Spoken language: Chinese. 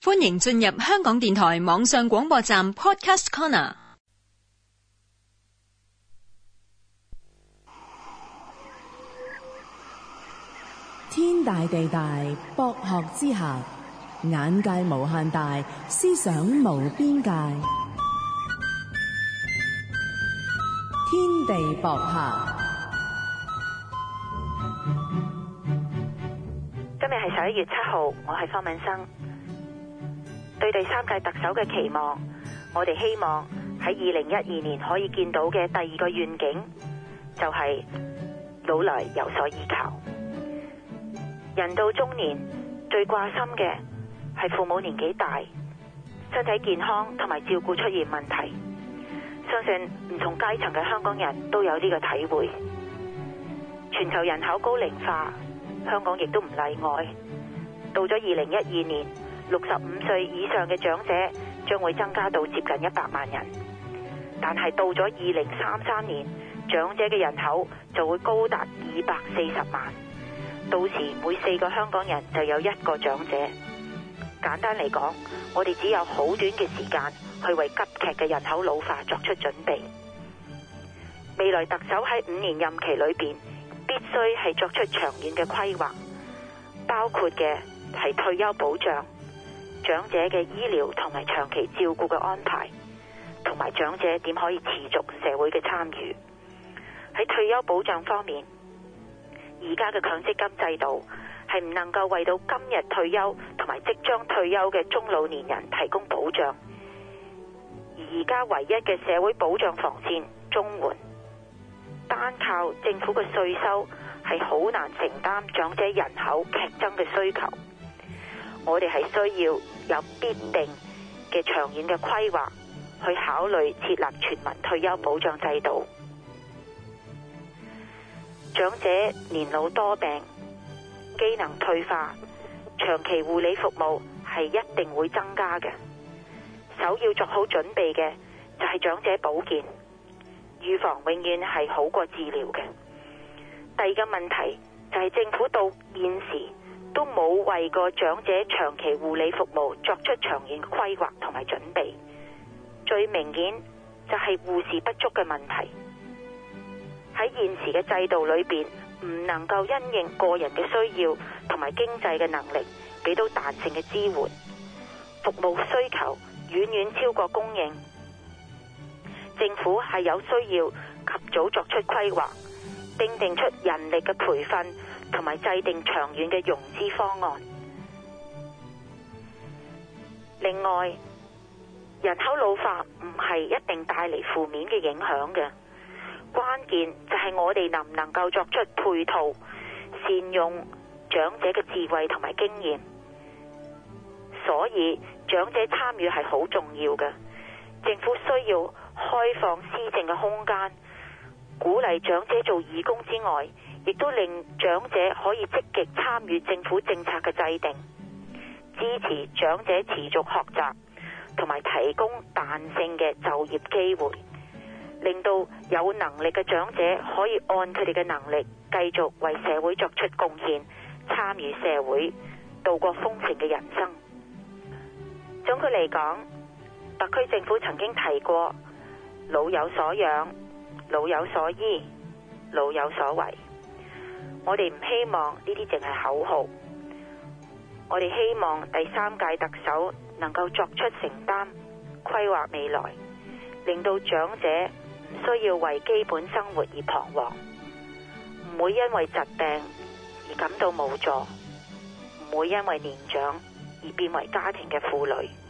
歡迎進入香港電台網上廣播站 Podcast Corner。 天大地大，博學之下，眼界無限大，思想無邊界。天地博客。 今日係11月7號，我係方敏生。對第三屆特首嘅期望，我哋希望喺2012年可以見到嘅第二個願景，就係老來有所依靠。人到中年，最掛心嘅係父母年紀大，身體健康同埋照顧出現問題。相信唔同階層嘅香港人都有呢個體會。全球人口高齡化，香港亦都唔例外。到咗2012年，65歲以上嘅長者將會增加到接近100萬人，但係到咗2033年，長者嘅人口就會高達240萬。到時每4個香港人就有1個長者。簡單嚟講，我哋只有好短嘅時間去為急劇嘅人口老化作出準備。未來特首喺5年任期裏邊，必須係作出長遠嘅規劃，包括嘅係退休保障、長者嘅醫療同埋長期照顧嘅安排，同埋長者點可以持續社會嘅參與。喺退休保障方面，而家嘅強積金制度係唔能夠為到今日退休同埋即將退休嘅中老年人提供保障，而家唯一嘅社會保障防線綜援，單靠政府嘅稅收係好難承擔長者人口劇增嘅需求。我哋係需要有必定嘅長遠嘅規劃去考慮設立全民退休保障制度。長者年老多病，機能退化，長期護理服務係一定會增加嘅。首要做好準備嘅就係長者保健，預防永遠係好過治療嘅。第二個問題就係政府到現時都冇為個長者長期護理服務作出長遠規劃同埋準備。最明顯就係護士不足嘅問題。喺現時嘅制度裏邊，唔能夠因應個人嘅需要同埋經濟嘅能力，俾到彈性嘅支援。服務需求遠遠超過供應，政府係有需要及早作出規劃，定出人力嘅培訓，同埋制定長遠嘅融資方案。另外，人口老化唔係一定帶嚟負面嘅影響嘅。關鍵就係我哋能唔能夠作出配套，善用長者嘅智慧同埋經驗。所以長者參與係好重要嘅。政府需要開放施政嘅空間，鼓勵長者做義工之外，亦都令長者可以積極參與政府政策嘅制定，支持長者持續學習，同埋提供彈性嘅就業機會，令到有能力嘅長者可以按佢哋嘅能力繼續為社會作出貢獻，參與社會，度過豐盛嘅人生。總括嚟講，特區政府曾經提過老有所養、老有所依、老有所為。我哋唔希望呢啲淨係口號，我哋希望第三屆特首能夠作出承擔，規劃未來，令到長者唔需要為基本生活而彷徨，唔會因為疾病而感到無助，唔會因為年長而變為家庭嘅負累。